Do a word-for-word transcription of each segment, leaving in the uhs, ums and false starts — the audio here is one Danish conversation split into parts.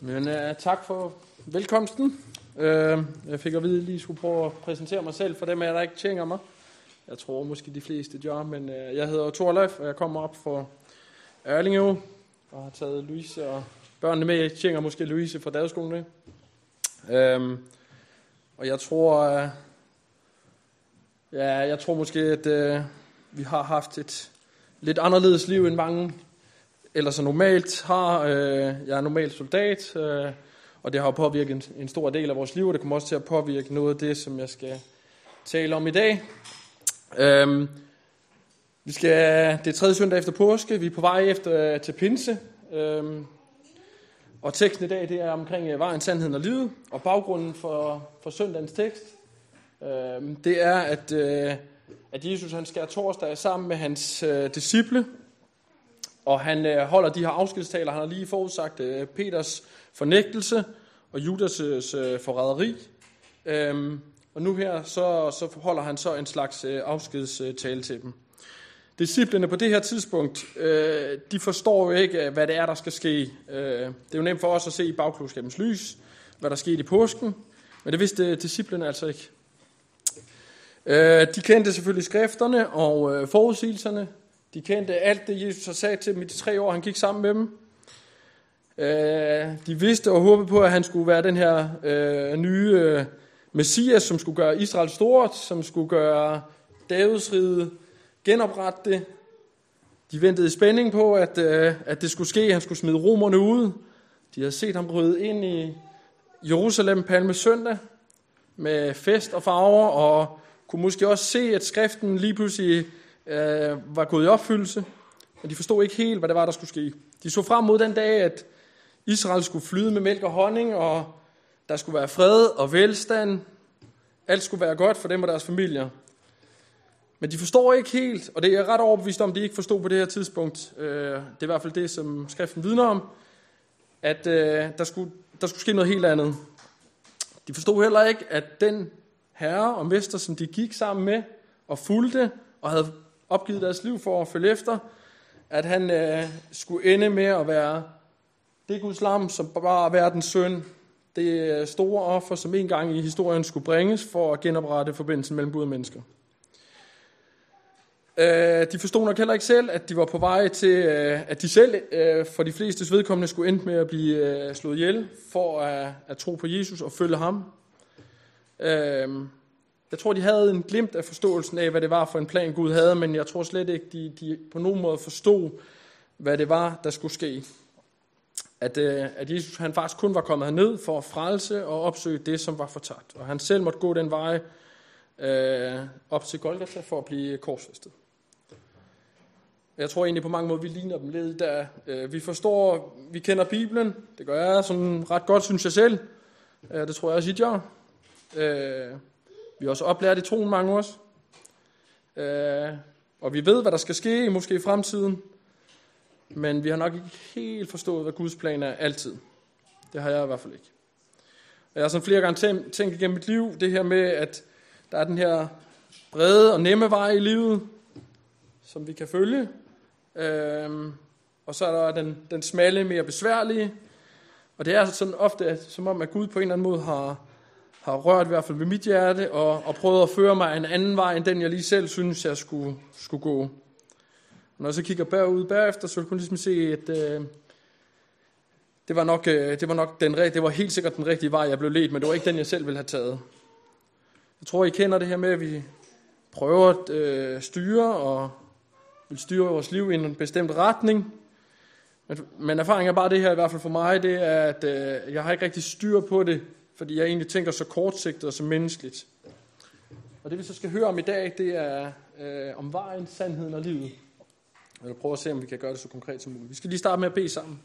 Men uh, tak for velkomsten. Uh, jeg fik at vide, at jeg lige skulle prøve at præsentere mig selv, for dem af jer, der ikke tjener mig. Jeg tror måske de fleste gør, men uh, jeg hedder Thorleif, og jeg kommer op fra Erlingø, og har taget Louise og børnene med. Jeg tjener måske Louise fra Dagsskolen. Uh, og jeg tror, uh, ja, jeg tror måske, at uh, vi har haft et lidt anderledes liv end mange ellers normalt har. Øh, jeg er normalt soldat, øh, og det har påvirket en, en stor del af vores liv, og det kommer også til at påvirke noget af det, som jeg skal tale om i dag. Øh, vi skal, det er tredje søndag efter påske, vi er på vej efter til pinse, øh, og teksten i dag, det er omkring vejen, sandheden og livet, og baggrunden for, for søndagens tekst, øh, det er, at, øh, at Jesus han skærer torsdag sammen med hans øh, disciple, og han øh, holder de her afskedstaler. Han har lige forudsagt øh, Peters fornægtelse og Judas' øh, forræderi. Øhm, og nu her, så, så holder han så en slags øh, afskedstale til dem. Disciplene på det her tidspunkt, øh, de forstår jo ikke, hvad det er, der skal ske. Øh, det er jo nemt for os at se i bagklogskabens lys, hvad der skete i påsken. Men det vidste disciplene altså ikke. Øh, de kendte selvfølgelig skrifterne og øh, forudsigelserne. De kendte alt det, Jesus har sagt til dem i de tre år, han gik sammen med dem. De vidste og håbede på, at han skulle være den her øh, nye øh, Messias, som skulle gøre Israel stort, som skulle gøre Davids rige genoprette det. De ventede i spænding på, at, øh, at det skulle ske. Han skulle smide romerne ud. De havde set ham bryde ind i Jerusalem palme søndag med fest og farver, og kunne måske også se, at skriften lige pludselig Øh, var gået i opfyldelse, men de forstod ikke helt, hvad det var, der skulle ske. De så frem mod den dag, at Israel skulle flyde med mælk og honning, og der skulle være fred og velstand. Alt skulle være godt for dem og deres familier. Men de forstår ikke helt, og det er ret overbevist om, de ikke forstod på det her tidspunkt. Øh, det er i hvert fald det, som skriften vidner om, at øh, der, skulle, der skulle ske noget helt andet. De forstod heller ikke, at den herre og mester, som de gik sammen med og fulgte, og havde opgivet deres liv for at følge efter, at han øh, skulle ende med at være det Guds lam, som bare er verdens søn, det store offer, som en gang i historien skulle bringes for at genoprette forbindelsen mellem Gud og mennesker. Øh, de forstod nok heller ikke selv, at de var på vej til, øh, at de selv øh, for de flestes vedkommende skulle ende med at blive øh, slået ihjel for at, at tro på Jesus og følge ham. Øh, Jeg tror, de havde en glimt af forståelsen af, hvad det var for en plan, Gud havde, men jeg tror slet ikke, de, de på nogen måde forstod, hvad det var, der skulle ske. At, øh, at Jesus han faktisk kun var kommet herned for at frelse og opsøge det, som var fortabt. Og han selv måtte gå den vej øh, op til Golgata for at blive korsfæstet. Jeg tror egentlig på mange måder, vi ligner dem lidt, da øh, vi forstår, vi kender Bibelen. Det gør jeg sådan ret godt, synes jeg selv. Øh, det tror jeg også, I gør. Øh, Vi har også oplært i troen, mange af os. Øh, og vi ved, hvad der skal ske, måske i fremtiden. Men vi har nok ikke helt forstået, hvad Guds plan er altid. Det har jeg i hvert fald ikke. Og jeg har sådan flere gange tænkt igennem mit liv, det her med, at der er den her brede og nemme vej i livet, som vi kan følge. Øh, og så er der den, den smalle, mere besværlige. Og det er sådan ofte, som om, at Gud på en eller anden måde har... har rørt i hvert fald ved mit hjerte, og, og prøvet at føre mig en anden vej, end den jeg lige selv synes, jeg skulle, skulle gå. Og når jeg så kigger bagud bagefter, så kunne jeg ligesom se, at øh, det var nok, øh, det var nok den, det var helt sikkert den rigtige vej, jeg blev ledt, men det var ikke den, jeg selv ville have taget. Jeg tror, I kender det her med, at vi prøver at øh, styre, og vil styre vores liv i en bestemt retning. Men, men erfaringen er bare det her, i hvert fald for mig, det er, at øh, jeg har ikke rigtig styr på det, fordi jeg egentlig tænker så kortsigtet og så menneskeligt. Og det vi så skal høre om i dag, det er øh, om vejen, sandheden og livet. Jeg vil prøve at se, om vi kan gøre det så konkret som muligt. Vi skal lige starte med at bede sammen.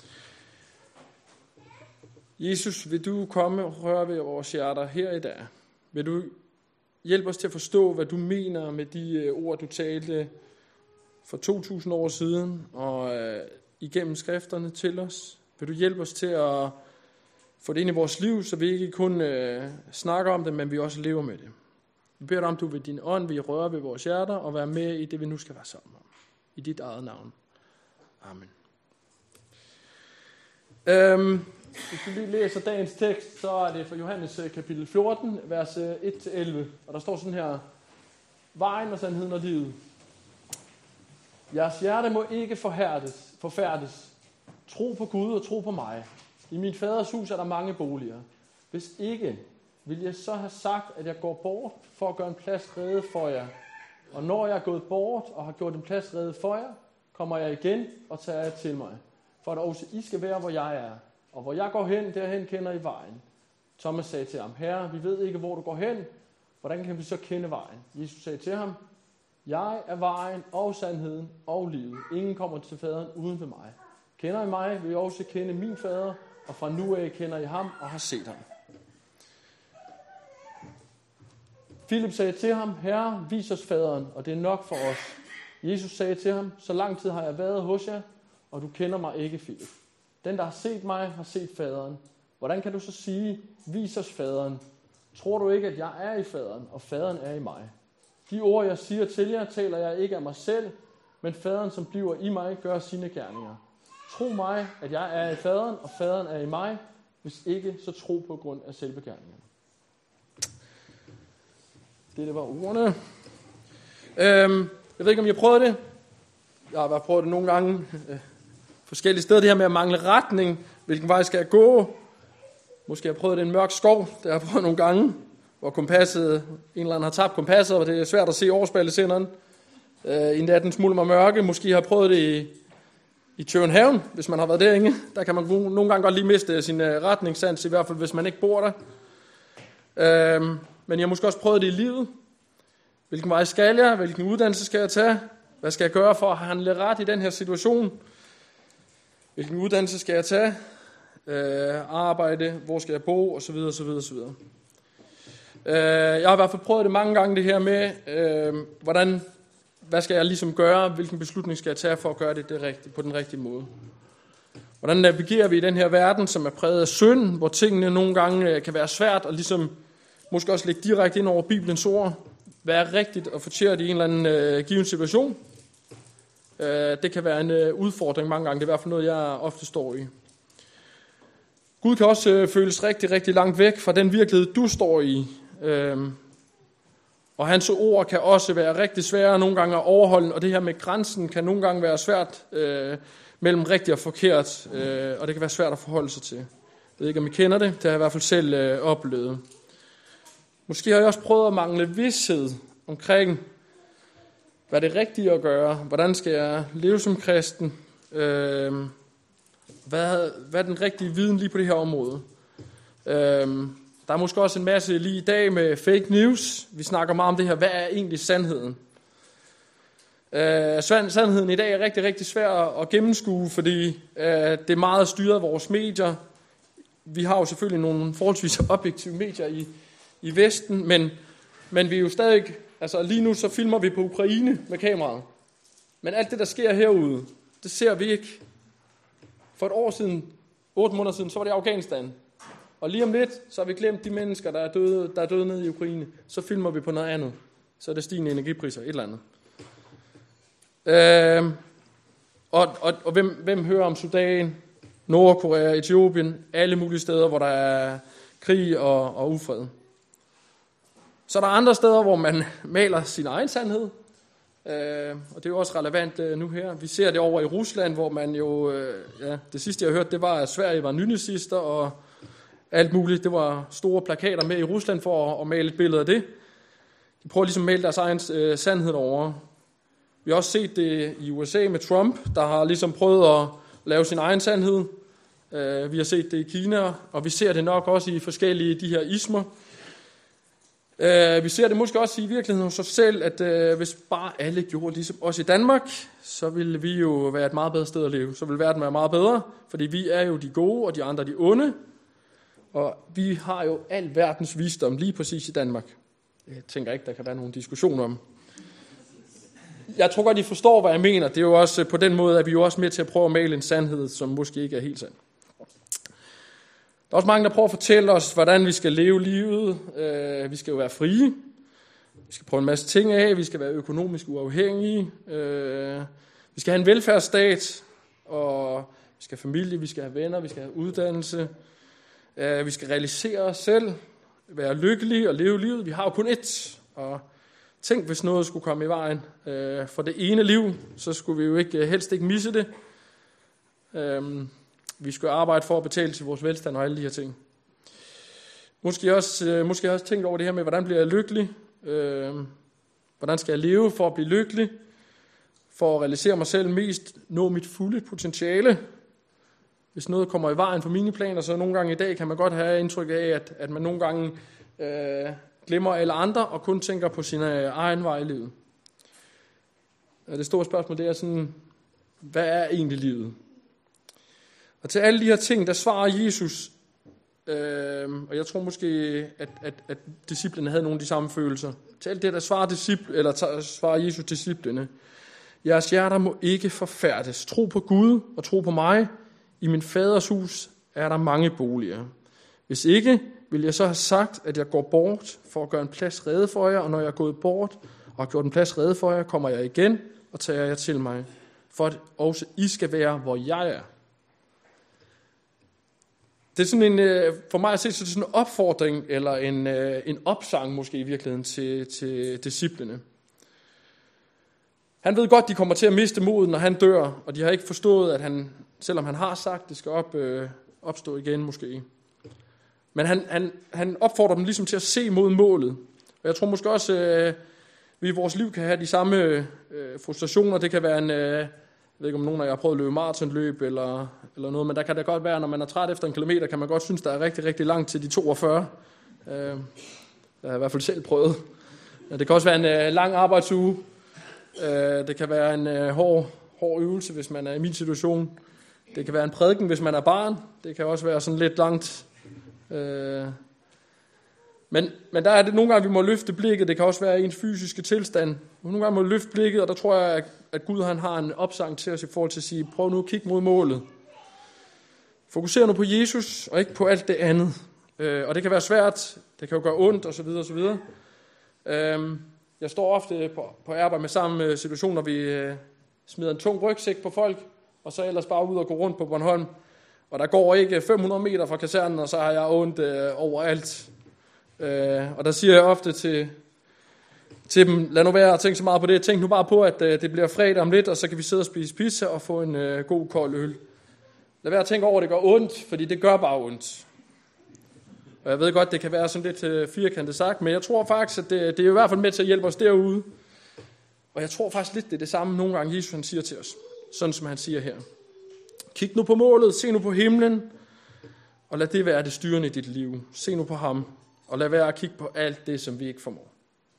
Jesus, vil du komme og røre ved vores hjerter her i dag? Vil du hjælpe os til at forstå, hvad du mener med de ord, du talte for to tusind år siden, og øh, igennem skrifterne til os? Vil du hjælpe os til at få det ind i vores liv, så vi ikke kun øh, snakker om det, men vi også lever med det. Vi beder dig om, du ved din ånd vil røre ved vores hjerter og være med i det, vi nu skal være sammen om. I dit eget navn. Amen. Øhm, Hvis du lige læser dagens tekst, så er det fra Johannes kapitel fjorten, vers et til elleve. Og der står sådan her: Vejen og sandheden og livet. Jeres hjerte må ikke forhærdes, forfærdes. Tro på Gud og tro på mig. I mit faders hus er der mange boliger. Hvis ikke, vil jeg så have sagt, at jeg går bort for at gøre en plads rede for jer. Og når jeg er gået bort og har gjort en plads rede for jer, kommer jeg igen og tager jer til mig. For at også I skal være, hvor jeg er. Og hvor jeg går hen, derhen kender I vejen. Thomas sagde til ham: Herre, vi ved ikke, hvor du går hen. Hvordan kan vi så kende vejen? Jesus sagde til ham: Jeg er vejen og sandheden og livet. Ingen kommer til faderen uden ved mig. Kender I mig, vil I også kende min fader, og fra nu af kender I ham og har set ham. Filip sagde til ham: Herre, vis os faderen, og det er nok for os. Jesus sagde til ham: Så lang tid har jeg været hos jer, og du kender mig ikke, Filip. Den, der har set mig, har set faderen. Hvordan kan du så sige: Vis os faderen? Tror du ikke, at jeg er i faderen, og faderen er i mig? De ord, jeg siger til jer, taler jeg ikke af mig selv, men faderen, som bliver i mig, gør sine gerninger. Tro mig, at jeg er i faderen, og faderen er i mig. Hvis ikke, så tro på grund af selvbegerningerne. Det, det var ordene. Øhm, jeg ved ikke, om jeg prøvede det. Jeg har bare prøvet det nogle gange øh, forskellige steder. Det her med at mangle retning. Hvilken vej skal jeg gå? Måske har jeg prøvet det i en mørk skov. Det har jeg prøvet nogle gange, hvor kompasset, en eller anden har tabt kompasset, og det er svært at se overspillesenderen. Øh, I natten smulmer mørke. Måske har jeg prøvet det i, i København, hvis man har været derinde. Der kan man nogle gange godt lige miste sin øh, retningssans, i hvert fald hvis man ikke bor der. Øh, men jeg har måske også prøvet det i livet. Hvilken vej skal jeg? Hvilken uddannelse skal jeg tage? Hvad skal jeg gøre for at handle ret i den her situation? Hvilken uddannelse skal jeg tage? Øh, arbejde? Hvor skal jeg bo? Og så videre, så videre, så videre. Øh, jeg har i hvert fald prøvet det mange gange, det her med, øh, hvordan, hvad skal jeg ligesom gøre? Hvilken beslutning skal jeg tage for at gøre det, det rigtige, på den rigtige måde? Hvordan navigerer vi i den her verden, som er præget af synd, hvor tingene nogle gange kan være svært, og ligesom måske også lægge direkte ind over Bibelens ord, være rigtigt og forkert i en eller anden øh, given situation. Øh, det kan være en øh, udfordring mange gange. Det er i hvert fald noget, jeg ofte står i. Gud kan også øh, føles rigtig, rigtig langt væk fra den virkelighed, du står i. Øh, og hans ord kan også være rigtig svære nogle gange at overholde, og det her med grænsen kan nogle gange være svært øh, mellem rigtigt og forkert, øh, og det kan være svært at forholde sig til. Jeg ved ikke, om I kender det. Det har jeg i hvert fald selv øh, oplevet. Måske har jeg også prøvet at mangle vished omkring, hvad det er rigtigt at gøre. Hvordan skal jeg leve som kristen? Øh, hvad, hvad er den rigtige viden lige på det her område? Øh, der er måske også en masse lige i dag med fake news. Vi snakker meget om det her. Hvad er egentlig sandheden? Øh, sandheden i dag er rigtig, rigtig svær at gennemskue, fordi øh, det er meget styret af vores medier. Vi har jo selvfølgelig nogle forholdsvis objektive medier i i Vesten, men, men vi er jo stadig, altså lige nu så filmer vi på Ukraine med kameraet. Men alt det, der sker herude, det ser vi ikke. For et år siden, otte måneder siden, så var det Afghanistan. Og lige om lidt, så har vi glemt de mennesker, der er døde, der er døde nede i Ukraine. Så filmer vi på noget andet. Så er det stigende energipriser, et eller andet. Øh, og og, og hvem, hvem hører om Sudan, Nordkorea, Etiopien, alle mulige steder, hvor der er krig og, og ufred. Så er der andre steder, hvor man maler sin egen sandhed, øh, og det er jo også relevant øh, nu her. Vi ser det over i Rusland, hvor man jo, øh, ja, det sidste jeg hørte, det var, at Sverige var nynazister og alt muligt. Det var store plakater med i Rusland for at, at male et billede af det. De prøver ligesom at male deres egen øh, sandhed over. Vi har også set det i U S A med Trump, der har ligesom prøvet at lave sin egen sandhed. Øh, vi har set det i Kina, og vi ser det nok også i forskellige de her ismer. Uh, vi ser det måske også i virkeligheden hos os selv, at uh, hvis bare alle gjorde ligesom os i Danmark, så ville vi jo være et meget bedre sted at leve. Så ville verden være meget bedre, fordi vi er jo de gode, og de andre de onde. Og vi har jo al verdens visdom lige præcis i Danmark. Jeg tænker ikke, der kan være nogen diskussion om. Jeg tror godt, I forstår, hvad jeg mener. Det er jo også på den måde, at vi jo også med til at prøve at male en sandhed, som måske ikke er helt sand. Der er også mange, der prøver at fortælle os, hvordan vi skal leve livet. Vi skal jo være frie. Vi skal prøve en masse ting af. Vi skal være økonomisk uafhængige. Vi skal have en velfærdsstat. Og Vi skal have familie, vi skal have venner, vi skal have uddannelse. Øh, vi skal realisere os selv, være lykkelige og leve livet. Vi har jo kun ét, og tænk, hvis noget skulle komme i vejen øh, for det ene liv, så skulle vi jo ikke helst ikke misse det. Øh, vi skal arbejde for at betale til vores velstand og alle de her ting. Måske også, øh, måske også tænkt over det her med, hvordan bliver jeg lykkelig? Øh, hvordan skal jeg leve for at blive lykkelig? For at realisere mig selv mest, nå mit fulde potentiale. Hvis noget kommer i vejen for mine planer, så nogle gange i dag kan man godt have indtryk af, at, at man nogle gange øh, glemmer alle andre og kun tænker på sin egen vej i livet. Det store spørgsmål, det er sådan, hvad er egentlig livet? Og til alle de her ting, der svarer Jesus, øh, og jeg tror måske, at, at, at disciplene havde nogle af de samme følelser. Til alt det, der svarer, disciple, eller tager, svarer Jesus disciplene. Jeres hjerter må ikke forfærdes. Tro på Gud og tro på mig. I min faders hus er der mange boliger. Hvis ikke, vil jeg så have sagt, at jeg går bort for at gøre en plads rede for jer, og når jeg er gået bort og har gjort en plads rede for jer, kommer jeg igen og tager jer til mig, for at også I skal være, hvor jeg er. Det er sådan en, for mig at se, så det er sådan en opfordring, eller en, en opsang måske i virkeligheden til, til disciplene. Han ved godt, de kommer til at miste modet, når han dør, og de har ikke forstået, at han, selvom han har sagt, det skal op, øh, opstå igen måske. Men han, han, han opfordrer dem ligesom til at se mod målet. Og jeg tror måske også, øh, vi i vores liv kan have de samme øh, frustrationer. Det kan være en, øh, jeg ved ikke om nogen af jer har prøvet at løbe maratonløb eller, eller noget, men der kan det godt være, når man er træt efter en kilometer, kan man godt synes, der er rigtig, rigtig langt til de toogfyrre. Øh, jeg har i hvert fald selv prøvet. Det kan også være en øh, lang arbejdsuge. Det kan være en øh, hård, hård øvelse, hvis man er i min situation. Det kan være en prædiken, hvis man er barn. Det kan også være sådan lidt langt. Øh. Men, men der er det nogle gange, vi må løfte blikket. Det kan også være ens fysiske tilstand. Nogle gange må vi løfte blikket, og der tror jeg, at Gud han har en opsang til os i forhold til at sige, prøv nu at kigge mod målet. Fokuser nu på Jesus, og ikke på alt det andet. Øh, og det kan være svært. Det kan jo gøre ondt, osv. osv. Øh. Jeg står ofte på, på arbejde med samme situation, når vi øh, smider en tung rygsæk på folk, og så ellers bare ud og gå rundt på Bornholm. Og der går ikke fem hundrede meter fra kasernen, og så har jeg ondt øh, overalt. Øh, og der siger jeg ofte til, til dem, lad nu være at tænke så meget på det. Tænk nu bare på, at øh, det bliver fredag om lidt, og så kan vi sidde og spise pizza og få en øh, god kold øl. Lad være at tænke over, at det gør ondt, fordi det gør bare ondt. Og jeg ved godt, det kan være sådan lidt øh, firkantet sagt, men jeg tror faktisk, at det, det er i hvert fald med til at hjælpe os derude. Og jeg tror faktisk lidt, det er det samme nogle gange, Jesus han siger til os. Sådan som han siger her. Kig nu på målet, se nu på himlen, og lad det være det styrende i dit liv. Se nu på ham, og lad være at kigge på alt det, som vi ikke formår.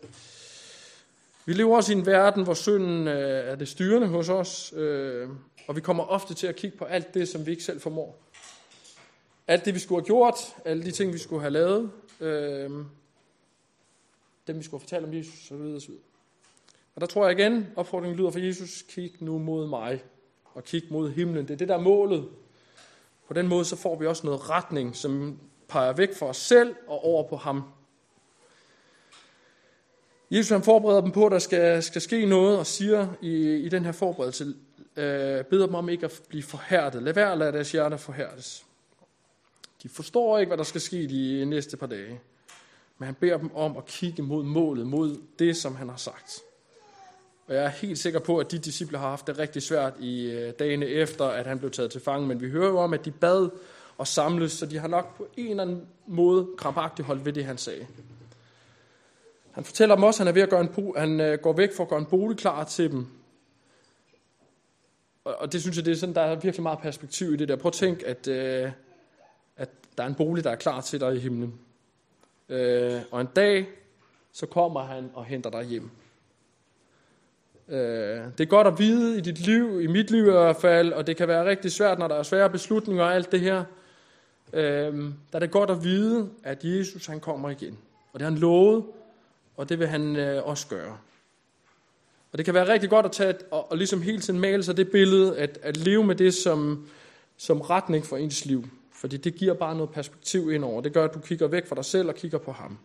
Vi lever også i en verden, hvor synden øh, er det styrende hos os, øh, og vi kommer ofte til at kigge på alt det, som vi ikke selv formår. Alt det, vi skulle have gjort, alle de ting, vi skulle have lavet, øh, dem, vi skulle have fortalt om Jesus, osv. osv. Og der tror jeg igen, opfordringen lyder fra Jesus, kig nu mod mig, og kig mod himlen. Det er det, der er målet. På den måde, så får vi også noget retning, som peger væk fra os selv og over på ham. Jesus han forbereder dem på, at der skal, skal ske noget, og siger i, i den her forberedelse, øh, beder dem om ikke at blive forhærdet. Lad være at lade deres hjerter forhærdes. De forstår ikke, hvad der skal ske de næste par dage. Men han beder dem om at kigge mod målet, mod det, som han har sagt. Og jeg er helt sikker på, at de disciple har haft det rigtig svært i dagene efter, at han blev taget til fange. Men vi hører jo om, at de bad og samles, så de har nok på en eller anden måde krampagtigt holdt ved det, han sagde. Han fortæller dem også, at han, er ved at gøre en, han går væk for at gøre en bolig klar til dem. Og det synes jeg, det er sådan, der er virkelig meget perspektiv i det der. Prøv at tænke, at... Øh, at der er en bolig, der er klar til dig i himlen. Øh, og en dag, så kommer han og henter dig hjem. Øh, det er godt at vide i dit liv, i mit liv i hvert fald, og det kan være rigtig svært, når der er svære beslutninger og alt det her. Øh, der er det godt at vide, at Jesus han kommer igen. Og det har han lovet, og det vil han øh, også gøre. Og det kan være rigtig godt at tage et, og, og ligesom hele tiden male sig det billede, at, at leve med det som, som retning for ens liv. Fordi det giver bare noget perspektiv indover. Det gør, at du kigger væk fra dig selv og kigger på ham.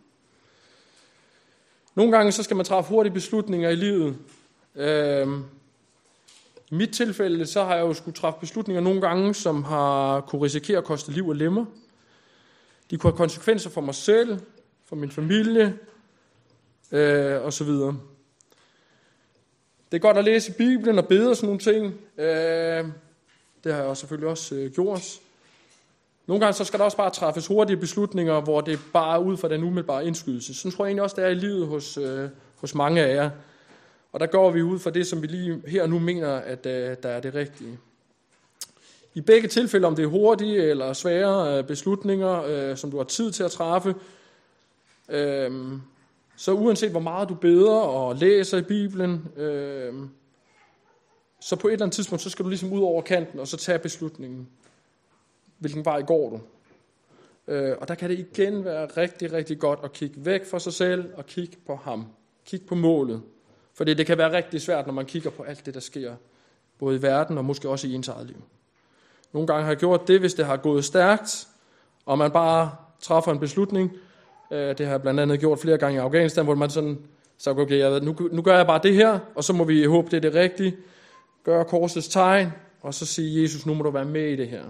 Nogle gange så skal man træffe hurtige beslutninger i livet. Øhm, I mit tilfælde, så har jeg jo skulle træffe beslutninger nogle gange, som har kunne risikere at koste liv og lemmer. De kunne have konsekvenser for mig selv, for min familie, øh, og så videre. Det er godt at læse i Bibelen og bede og sådan nogle ting. Øh, det har jeg selvfølgelig også øh, gjort. Nogle gange så skal der også bare træffes hurtige beslutninger, hvor det bare er ud fra den umiddelbare indskydelse. Sådan tror jeg egentlig også, det er i livet hos, øh, hos mange af jer. Og der går vi ud fra det, som vi lige her og nu mener, at øh, der er det rigtige. I begge tilfælde, om det er hurtige eller svære øh, beslutninger, øh, som du har tid til at træffe, øh, så uanset hvor meget du beder og læser i Bibelen, øh, så på et eller andet tidspunkt, så skal du ligesom ud over kanten og så tage beslutningen. Hvilken vej går du? Øh, og der kan det igen være rigtig, rigtig godt at kigge væk fra sig selv og kigge på ham. Kig på målet. Fordi det kan være rigtig svært, når man kigger på alt det, der sker, både i verden og måske også i ens eget liv. Nogle gange har jeg gjort det, hvis det har gået stærkt, og man bare træffer en beslutning. Det har jeg blandt andet gjort flere gange i Afghanistan, hvor man sådan sagde, okay, jeg ved, nu, nu gør jeg bare det her, og så må vi håbe, det er det rigtige. Gør korsets tegn, og så sige, Jesus, nu må du være med i det her.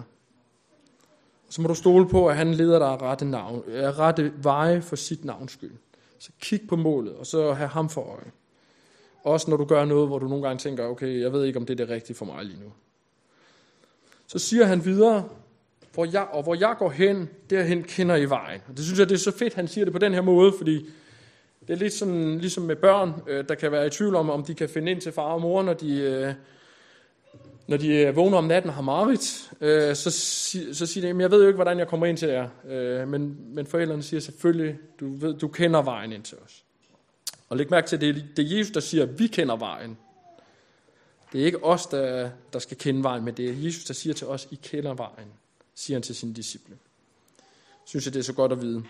Så må du stole på, at han leder dig af rette, navn, af rette veje for sit navns skyld. Så kig på målet, og så have ham for øje. Også når du gør noget, hvor du nogle gange tænker, okay, jeg ved ikke, om det er det rigtige for mig lige nu. Så siger han videre, hvor jeg, og hvor jeg går hen, derhen kender I vejen. Og det synes jeg, det er så fedt, han siger det på den her måde, fordi det er lidt sådan, ligesom med børn, der kan være i tvivl om, om de kan finde ind til far og mor, når de, når de vågner om natten og har mareridt. Så, så siger de, jeg ved jo ikke, hvordan jeg kommer ind til jer. Men, men forældrene siger selvfølgelig, du, ved, du kender vejen ind til os. Og læg mærke til, det er, det er Jesus, der siger, at vi kender vejen. Det er ikke os, der, der skal kende vejen, men det er Jesus, der siger til os, I kender vejen, siger han til sine disciple. Synes jeg, det er så godt at vide.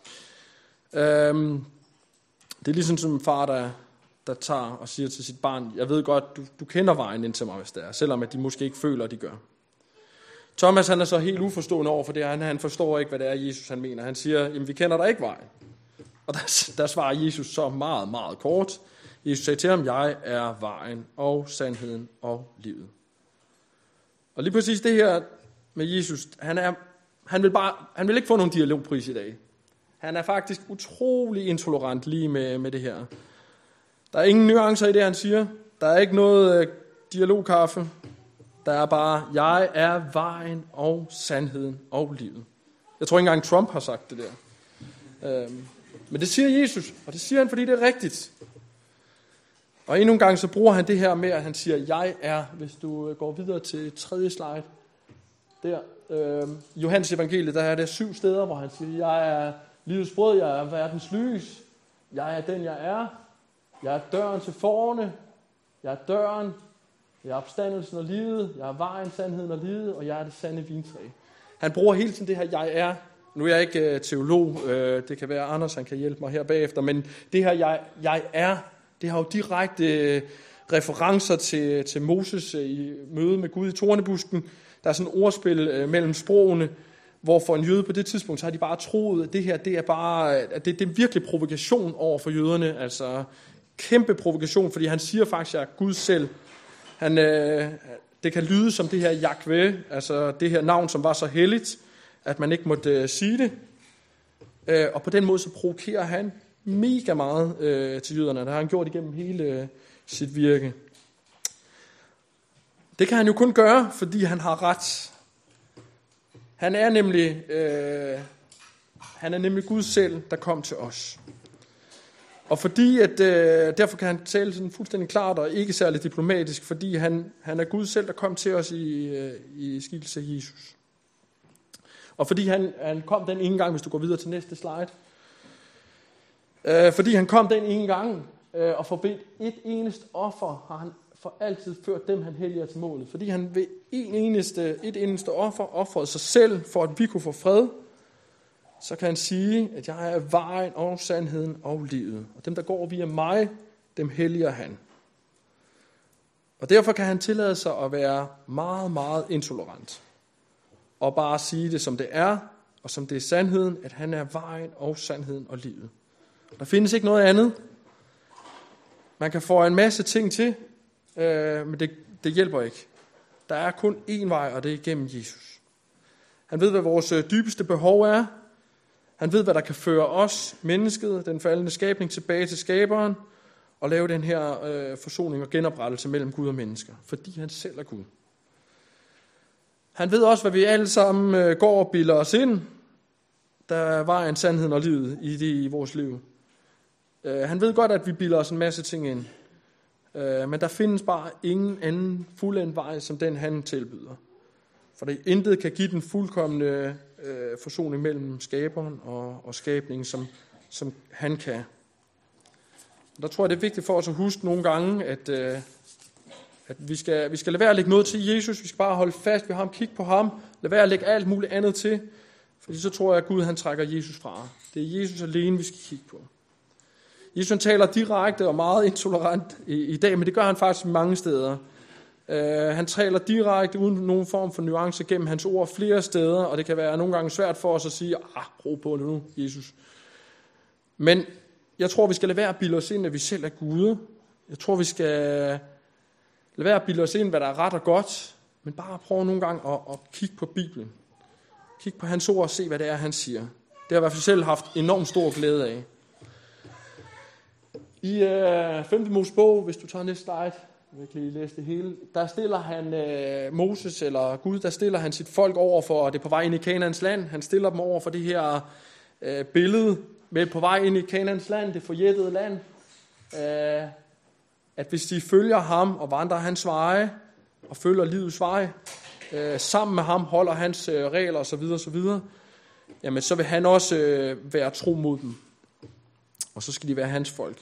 Øhm, det er ligesom som en far, der, der tager og siger til sit barn, jeg ved godt, du, du kender vejen ind til mig, hvis det er, selvom at de måske ikke føler, at de gør. Thomas, han er så helt uforstående over for det, han, han forstår ikke, hvad det er, Jesus han mener. Han siger, jamen vi kender der ikke vejen. Og der, der svarer Jesus så meget, meget kort. Jesus sagde til ham, jeg er vejen og sandheden og livet. Og lige præcis det her med Jesus, han, er, han, vil bare, han vil ikke få nogen dialogpris i dag. Han er faktisk utrolig intolerant lige med, med det her. Der er ingen nuancer i det, han siger. Der er ikke noget øh, dialogkaffe. Der er bare, jeg er vejen og sandheden og livet. Jeg tror ikke engang Trump har sagt det der. Øhm, men det siger Jesus, og det siger han, fordi det er rigtigt. Og endnu en gang så bruger han det her med, at han siger, jeg er, hvis du går videre til tredje slide, der, øh, i Johannes evangeliet, der er der syv steder, hvor han siger, jeg er livets brød, jeg er verdens lys, jeg er den, jeg er, jeg er døren til forne, jeg er døren, jeg er opstandelsen og livet, jeg er vejen, sandheden og livet, og jeg er det sande vintræ. Han bruger hele tiden det her, jeg er. Nu er jeg ikke teolog, øh, det kan være Anders, han kan hjælpe mig her bagefter, men det her, jeg, jeg er, det har jo direkte referencer til, til Moses i møde med Gud i tornebusken. Der er sådan et ordspil øh, mellem sprogene, hvor for en jøde på det tidspunkt, så har de bare troet, at det her, det er bare, at det, det er virkelig provokation over for jøderne. Altså kæmpe provokation, fordi han siger faktisk, at Gud selv, han, øh, det kan lyde som det her Jahve, altså det her navn, som var så helligt, at man ikke måtte øh, sige det. Øh, og på den måde så provokerer han mega meget øh, til jøderne. Det har han gjort igennem hele øh, sit virke. Det kan han jo kun gøre, fordi han har ret. Han er nemlig, øh, han er nemlig Gud selv, der kom til os. Og fordi at øh, derfor kan han tale sådan fuldstændig klart og ikke særlig diplomatisk, fordi han, han er Gud selv, der kom til os i, øh, i skikkelse af Jesus. Og fordi han, han kom den ene gang, hvis du går videre til næste slide, øh, fordi han kom den ene gang øh, og forbedt et eneste offer, har han for altid ført dem, han helliger til målet. Fordi han ved en eneste, et eneste offer offerede sig selv, for at vi kunne få fred, så kan han sige, at jeg er vejen og sandheden og livet. Og dem, der går via mig, dem helliger han. Og derfor kan han tillade sig at være meget, meget intolerant. Og bare sige det, som det er, og som det er sandheden, at han er vejen og sandheden og livet. Der findes ikke noget andet. Man kan få en masse ting til, øh, men det, det hjælper ikke. Der er kun én vej, og det er igennem Jesus. Han ved, hvad vores dybeste behov er. Han ved, hvad der kan føre os, mennesket, den faldende skabning, tilbage til skaberen, og lave den her øh, forsoning og genoprettelse mellem Gud og mennesker, fordi han selv er Gud. Han ved også, hvad vi alle sammen øh, går og bilder os ind. Der var en sandhed og livet i det i vores liv. Øh, han ved godt, at vi bilder os en masse ting ind. Øh, men der findes bare ingen anden fuldendt vej, som den han tilbyder. For det intet kan give den fuldkomne øh, forsoning mellem skaberen og, og skabningen, som, som han kan. Der tror jeg, det er vigtigt for os at huske nogle gange, at, øh, at vi, skal, vi skal lade være at lægge noget til Jesus. Vi skal bare holde fast ved ham, kigge på ham. Lad være at lægge alt muligt andet til. Fordi så tror jeg, at Gud han trækker Jesus fra. Det er Jesus alene, vi skal kigge på. Jesus han taler direkte og meget intolerant i, i dag, men det gør han faktisk mange steder. Uh, han taler direkte uden nogen form for nuance gennem hans ord flere steder, og det kan være nogle gange svært for os at sige, ah, ro på det nu, Jesus. Men jeg tror, vi skal lade være at bilde os ind, at vi selv er guder. Jeg tror, vi skal lade være at bilde os ind, hvad der er ret og godt, men bare prøve nogle gange at, at kigge på Bibelen. Kig på hans ord og se, hvad det er, han siger. Det har jeg i hvert fald selv haft enormt stor glæde af. I øh, femte Mosebog, hvis du tager næste slide, jeg vil ikke lige læse det hele, der stiller han øh, Moses, eller Gud, der stiller han sit folk over for, det er på vej ind i Kanaans land. Han stiller dem over for det her øh, billede med på vej ind i Kanaans land, det forjættede land. Øh, at hvis de følger ham og vandrer hans veje, og følger livets vej, øh, sammen med ham, holder hans øh, regler osv., osv., jamen så vil han også øh, være tro mod dem. Og så skal de være hans folk.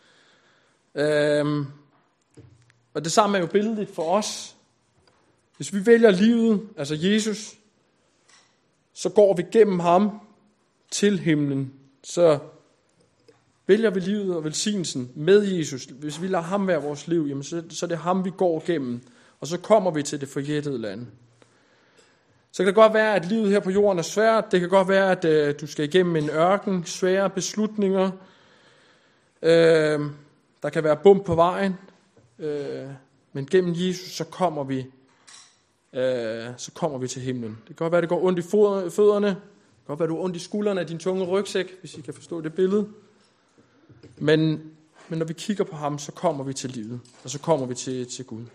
Øhm, og det samme er jo billedligt for os. Hvis vi vælger livet, altså Jesus, så går vi gennem ham til himlen. Så vælger vi livet og velsignelsen med Jesus. Hvis vi lader ham være vores liv, jamen så, så er det ham, vi går gennem. Og så kommer vi til det forjættede land. Så kan det godt være, at livet her på jorden er svært. Det kan godt være, at øh, du skal igennem en ørken, svære beslutninger. Øh, der kan være bump på vejen. Øh, men gennem Jesus, så kommer vi, øh, så kommer vi til himlen. Det kan godt være, at det går ondt i fødderne. Det kan godt være, at du har ondt i skuldrene af din tunge rygsæk, hvis I kan forstå det billede. Men, men når vi kigger på ham, så kommer vi til livet. Og så kommer vi til, til Gud.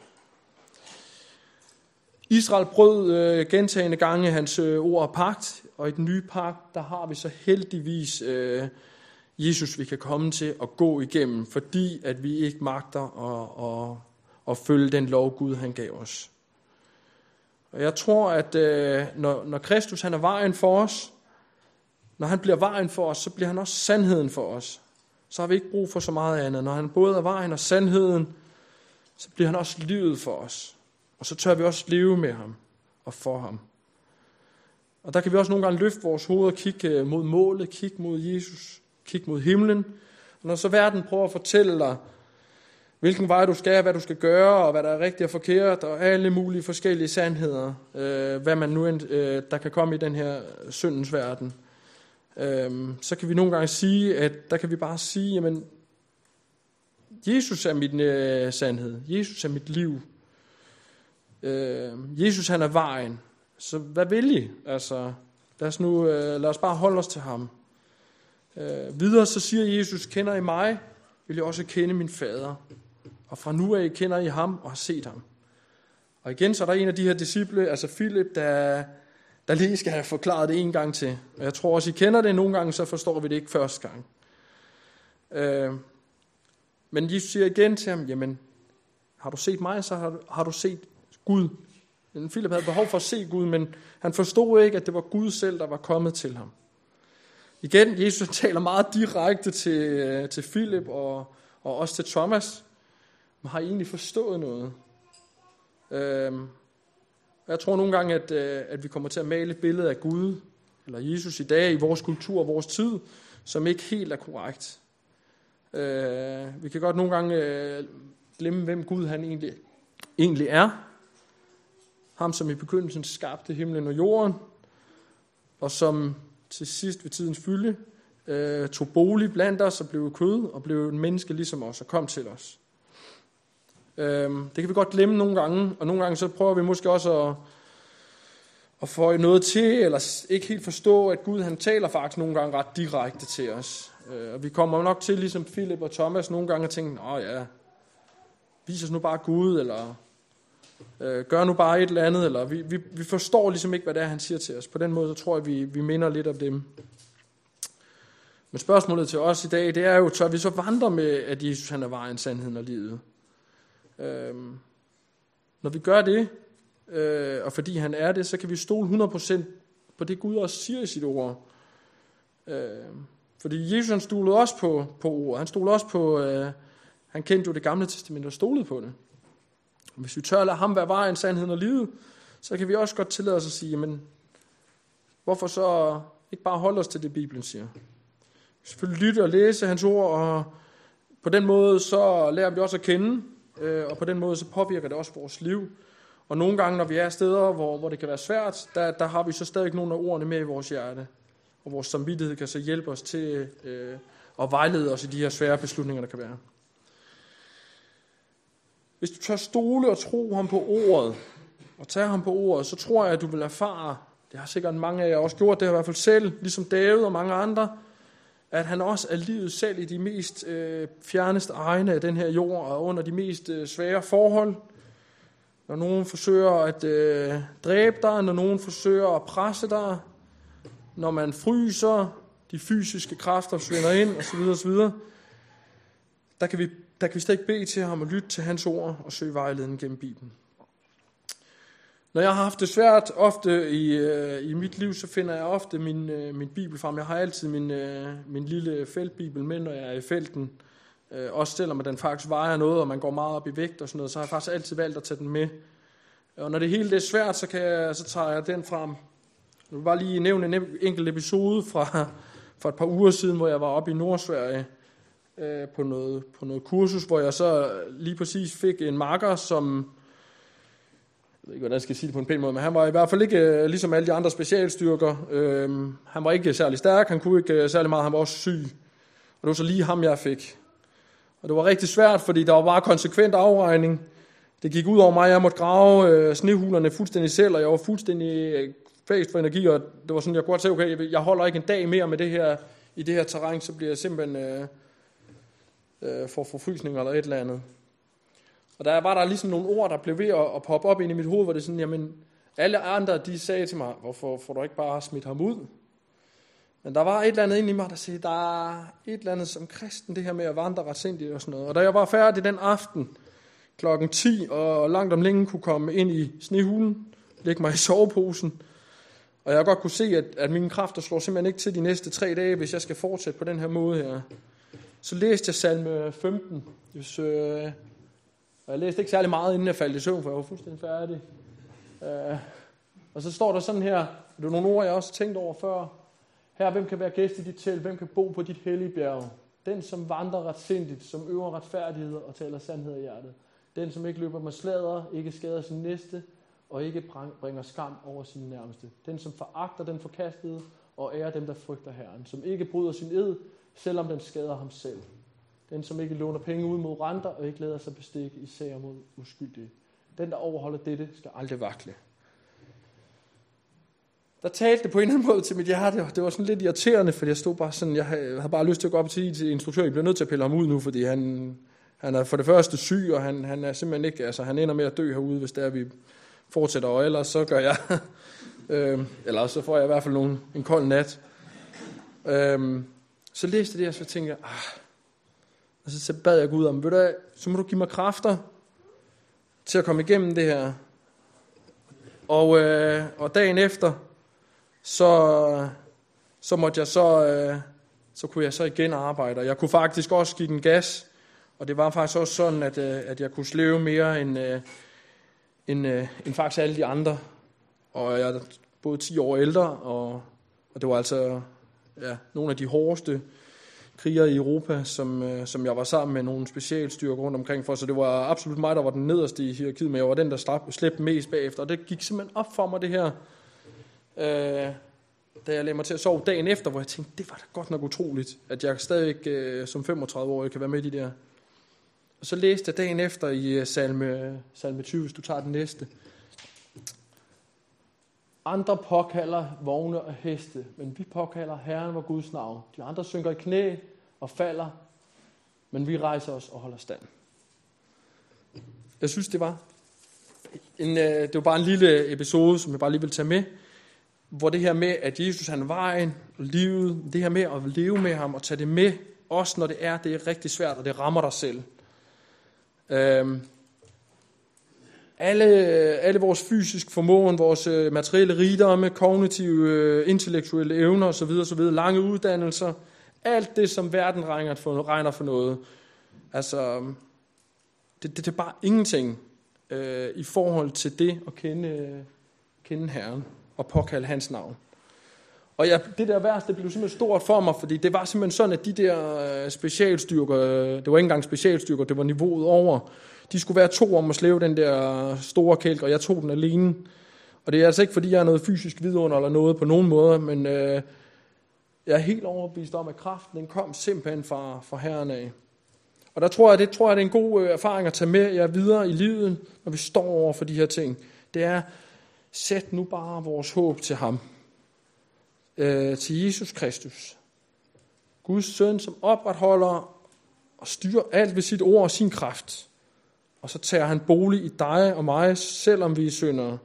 Israel brød øh, gentagne gange hans øh, ord og pagt, og i den nye pagt, der har vi så heldigvis øh, Jesus, vi kan komme til at gå igennem, fordi at vi ikke magter at, at, at følge den lov, Gud han gav os. Og jeg tror, at øh, når, når Kristus han er vejen for os, når han bliver vejen for os, så bliver han også sandheden for os. Så har vi ikke brug for så meget andet. Når han både er vejen og sandheden, så bliver han også livet for os. Og så tør vi også leve med ham og for ham. Og der kan vi også nogle gange løfte vores hoved og kigge mod målet, kigge mod Jesus, kigge mod himlen. Og når så verden prøver at fortælle dig, hvilken vej du skal, hvad du skal gøre, og hvad der er rigtigt og forkert, og alle mulige forskellige sandheder, øh, hvad man nu end, øh, der kan komme i den her syndens verden, øh, så kan vi nogle gange sige, at der kan vi bare sige, jamen, Jesus er min øh, sandhed, Jesus er mit liv. Øh, Jesus han er vejen. Så hvad vil I? Altså, lad os nu øh, lad os bare holde os til ham. Øh, videre så siger Jesus, kender I mig, vil I også kende min fader. Og fra nu af kender I ham og har set ham. Og igen så er der en af de her disciple, altså Philip, der, der lige skal have forklaret det en gang til. Og jeg tror også I kender det, nogle gange så forstår vi det ikke første gang. Øh, men Jesus siger igen til ham, jamen har du set mig, så har du, har du set Gud. Philip havde behov for at se Gud, men han forstod ikke, at det var Gud selv, der var kommet til ham. Igen, Jesus taler meget direkte til, til Philip og, og også til Thomas. Man har egentlig forstået noget. Øhm, jeg tror nogle gange, at, at vi kommer til at male et billede af Gud, eller Jesus i dag, i vores kultur og vores tid, som ikke helt er korrekt. Øh, vi kan godt nogle gange øh, glemme, hvem Gud han egentlig, egentlig er. Ham, som i begyndelsen skabte himlen og jorden, og som til sidst ved tidens fylde øh, tog bolig blandt os og blev kød og blev en menneske ligesom os og kom til os. Øhm, det kan vi godt glemme nogle gange, og nogle gange så prøver vi måske også at, at få noget til, eller ikke helt forstå, at Gud han taler faktisk nogle gange ret direkte til os. Øh, og vi kommer nok til, ligesom Philip og Thomas, nogle gange at tænke, åh ja, vis os nu bare Gud, eller øh, gør nu bare et eller andet, eller vi, vi, vi forstår ligesom ikke, hvad det er, han siger til os. På den måde, så tror jeg, vi, vi minder lidt om dem. Men spørgsmålet til os i dag, det er jo, tør vi så vandre med, at Jesus han er vejen, sandheden og livet? Øhm, når vi gør det, øh, og fordi han er det, så kan vi stole hundrede procent på det, Gud også siger i sit ord. Øh, fordi Jesus han stolede også på, på ordet. Han stolede også på, øh, han kendte jo det gamle testament og stolede på det. Og hvis vi tør lade ham være vejen, sandheden og livet, så kan vi også godt tillade os at sige, men hvorfor så ikke bare holde os til det, Bibelen siger? Selvfølgelig lytte og læse hans ord, og på den måde så lærer vi det også at kende, og på den måde så påvirker det også vores liv. Og nogle gange, når vi er steder, hvor, hvor det kan være svært, der, der har vi så stadig nogle af ordene med i vores hjerte. Og vores samvittighed kan så hjælpe os til øh, at vejlede os i de her svære beslutninger, der kan være. Hvis du tør stole og tro ham på ordet, og tage ham på ordet, så tror jeg, at du vil erfare, det har sikkert mange af jer også gjort, det har i hvert fald selv, ligesom David og mange andre, at han også er livet selv i de mest øh, fjerneste egne af den her jord, og under de mest øh, svære forhold. Når nogen forsøger at øh, dræbe dig, når nogen forsøger at presse dig, når man fryser, de fysiske kræfter svinder ind, osv. osv. Der kan vi, der kan vi stadig bede til ham og lytte til hans ord og søge vejledning gennem Bibelen. Når jeg har haft det svært ofte i, øh, i mit liv, så finder jeg ofte min, øh, min bibel frem. Jeg har altid min, øh, min lille feltbibel med, når jeg er i felten. Øh, også selvom den faktisk vejer noget, og man går meget op i vægt og sådan noget, så har jeg faktisk altid valgt at tage den med. Og når det hele det er svært, så, kan jeg, så tager jeg den frem. Jeg vil bare lige nævne en enkelt episode fra, fra et par uger siden, hvor jeg var oppe i Nordsverige øh, på, noget, på noget kursus, hvor jeg så lige præcis fik en makker, som... Jeg ved ikke, hvordan jeg skal sige det på en pæn måde, men han var i hvert fald ikke ligesom alle de andre specialstyrker. Øhm, han var ikke særlig stærk, han kunne ikke særlig meget, han var også syg. Og det var så lige ham, jeg fik. Og det var rigtig svært, fordi der var bare konsekvent afregning. Det gik ud over mig, jeg måtte grave øh, snehulerne fuldstændig selv, og jeg var fuldstændig fast for energi, og det var sådan, jeg kunne godt sige, okay, jeg holder ikke en dag mere med det her, i det her terræn, så bliver jeg simpelthen øh, øh, for forfrysning eller et eller andet. Og der var der ligesom nogle ord, der blev ved at poppe op ind i mit hoved, hvor det sådan, jamen, alle andre, de sagde til mig, hvorfor får du ikke bare smidt ham ud? Men der var et eller andet inde i mig, der sagde, der er et eller andet som kristen, det her med at vandre retsindigt og sådan noget. Og da jeg var færdig den aften, klokken ti, og langt om længe kunne komme ind i snehulen, lægge mig i soveposen, og jeg godt kunne se, at, at mine kræfter slår simpelthen ikke til de næste tre dage, hvis jeg skal fortsætte på den her måde her. Så læste jeg salme femten, hvis... Øh, Og jeg læste ikke særlig meget, inden jeg faldt i søvn, for jeg var fuldstændig færdig. Uh, og så står der sådan her, det er nogle ord, jeg også har tænkt over før. Her, hvem kan være gæst i dit telt? Hvem kan bo på dit hellige bjerg? Den, som vandrer retsindigt, som øver retfærdighed og taler sandhed i hjertet. Den, som ikke løber med sladder, ikke skader sin næste, og ikke bringer skam over sin nærmeste. Den, som foragter den forkastede, og ærer dem, der frygter Herren. Som ikke bryder sin ed, selvom den skader ham selv. Den, som ikke låner penge ud mod renter, og ikke lader sig bestikke i sager mod uskyldige. Den, der overholder dette, skal aldrig vakle. Der talte det på en eller anden måde til mit hjerte, og det var sådan lidt irriterende, fordi jeg stod bare sådan, jeg havde bare lyst til at gå op til, til instruktøren, jeg bliver nødt til at pille ham ud nu, fordi han, han er for det første syg, og han, han er simpelthen ikke, altså han ender med at dø herude, hvis det er, vi fortsætter, og ellers så gør jeg, øh, eller så får jeg i hvert fald nogle, en kold nat. Øh, så læste det, og så tænkte jeg, ah, og så bad jeg Gud om, ved du, så må du give mig kræfter til at komme igennem det her. Og, øh, og dagen efter, så, så måtte jeg så, øh, så kunne jeg så igen arbejde. Og jeg kunne faktisk også give den gas. Og det var faktisk også sådan, at, øh, at jeg kunne slæve mere end, øh, end, øh, end faktisk alle de andre. Og jeg er både ti år ældre, og, og det var altså ja, nogle af de hårdeste krigere i Europa, som, øh, som jeg var sammen med nogle specialstyrker rundt omkring for, så det var absolut mig, der var den nederste i hierarkiet, men jeg var den, der slap, slæbte mest bagefter, og det gik simpelthen op for mig, det her, øh, da jeg lagde mig til at sove dagen efter, hvor jeg tænkte, det var da godt nok utroligt, at jeg stadig øh, som femogtredive-årig kan være med i de der. Og så læste jeg dagen efter i salme, salme tyve, hvis du tager den næste. Andre påkalder vogne og heste, men vi påkalder Herren vor Guds navn. De andre synker i knæ og falder, men vi rejser os og holder stand. Jeg synes, det var en, det var bare en lille episode, som jeg bare lige vil tage med, hvor det her med, at Jesus han er vejen og livet, det her med at leve med ham og tage det med, også når det er, det er rigtig svært, og det rammer dig selv. Øhm, alle, alle vores fysiske formåen, vores materielle rigdomme, kognitive, intellektuelle evner osv., osv., lange uddannelser, alt det, som verden regner for, regner for noget. Altså, det, det, det er bare ingenting øh, i forhold til det at kende, kende Herren og påkalde hans navn. Og ja, det der vers, det blev simpelthen stort for mig, fordi det var simpelthen sådan, at de der specialstyrker, det var ikke engang specialstyrker, det var niveauet over, de skulle være to om at slæve den der store kælk, og jeg tog den alene. Og det er altså ikke, fordi jeg er noget fysisk vidunder eller noget på nogen måde, men øh, jeg er helt overbevist om, at kraften den kom simpelthen fra, fra Herren af. Og der tror jeg, det tror jeg, det er en god øh, erfaring at tage med jer videre i livet, når vi står over for de her ting. Det er, sæt nu bare vores håb til ham. Øh, til Jesus Kristus. Guds søn, som opretholder og styrer alt ved sit ord og sin kraft. Og så tager han bolig i dig og mig, selvom vi er syndere.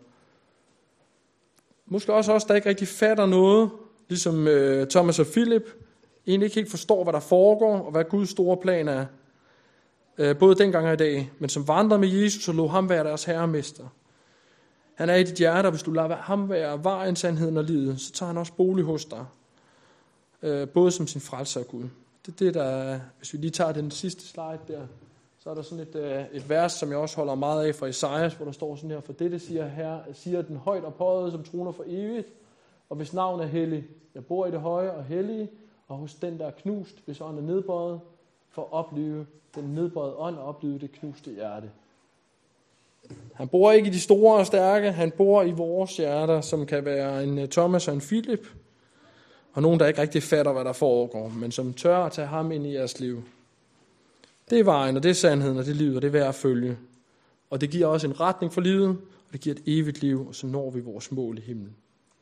Måske også os, der ikke rigtig fatter noget, ligesom øh, Thomas og Philip, egentlig ikke helt forstår, hvad der foregår, og hvad Guds store plan er. Øh, både dengang og i dag, men som vandrer med Jesus og lod ham være deres herremester. Han er i dit hjerte, og hvis du lader ham være vejen, sandheden og livet, så tager han også bolig hos dig. Øh, både som sin frelser og Gud. Det er det, der er, hvis vi lige tager den sidste slide der, så er der sådan et, øh, et vers, som jeg også holder meget af fra Esajas, hvor der står sådan her, for dette siger, her, siger den højt ophøjede, som troner for evigt, og hvis navn er hellig. Jeg bor i det høje og hellige, og hos den, der er knust, hvis ånd er nedbøjet, for at opleve den nedbøjede ånd og opleve det knuste hjerte. Han bor ikke i de store og stærke, han bor i vores hjerter, som kan være en Thomas og en Philip, og nogen, der ikke rigtig fatter, hvad der foregår, men som tør at tage ham ind i jeres liv. Det er vejen, og det er sandheden, og det er livet, og det er værd at følge. Og det giver også en retning for livet, og det giver et evigt liv, og så når vi vores mål i himlen.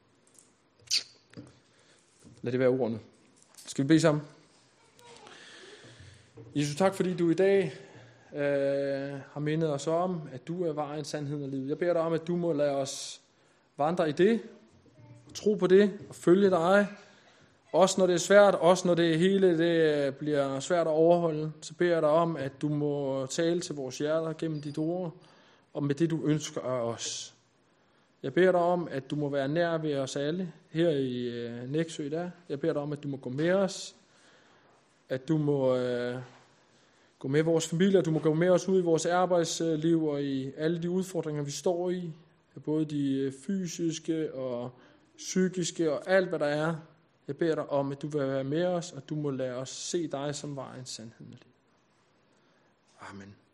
Lad det være ordene. Skal vi bede sammen? Jesus, tak fordi du i dag øh, har mindet os om, at du er vejen, sandheden og livet. Jeg beder dig om, at du må lade os vandre i det, og tro på det, og følge dig. Også når det er svært, også når det hele det bliver svært at overholde, så beder jeg dig om, at du må tale til vores hjerter gennem dit ord, og med det du ønsker af os. Jeg beder dig om, at du må være nær ved os alle her i øh, Nexø i dag. Jeg beder dig om, at du må gå med os, at du må øh, gå med vores familie, at du må gå med os ud i vores arbejdsliv og i alle de udfordringer, vi står i, både de fysiske og psykiske og alt, hvad der er. Jeg beder dig om, at du vil være med os, og du må lade os se dig som vejen, sandheden og livet. Amen.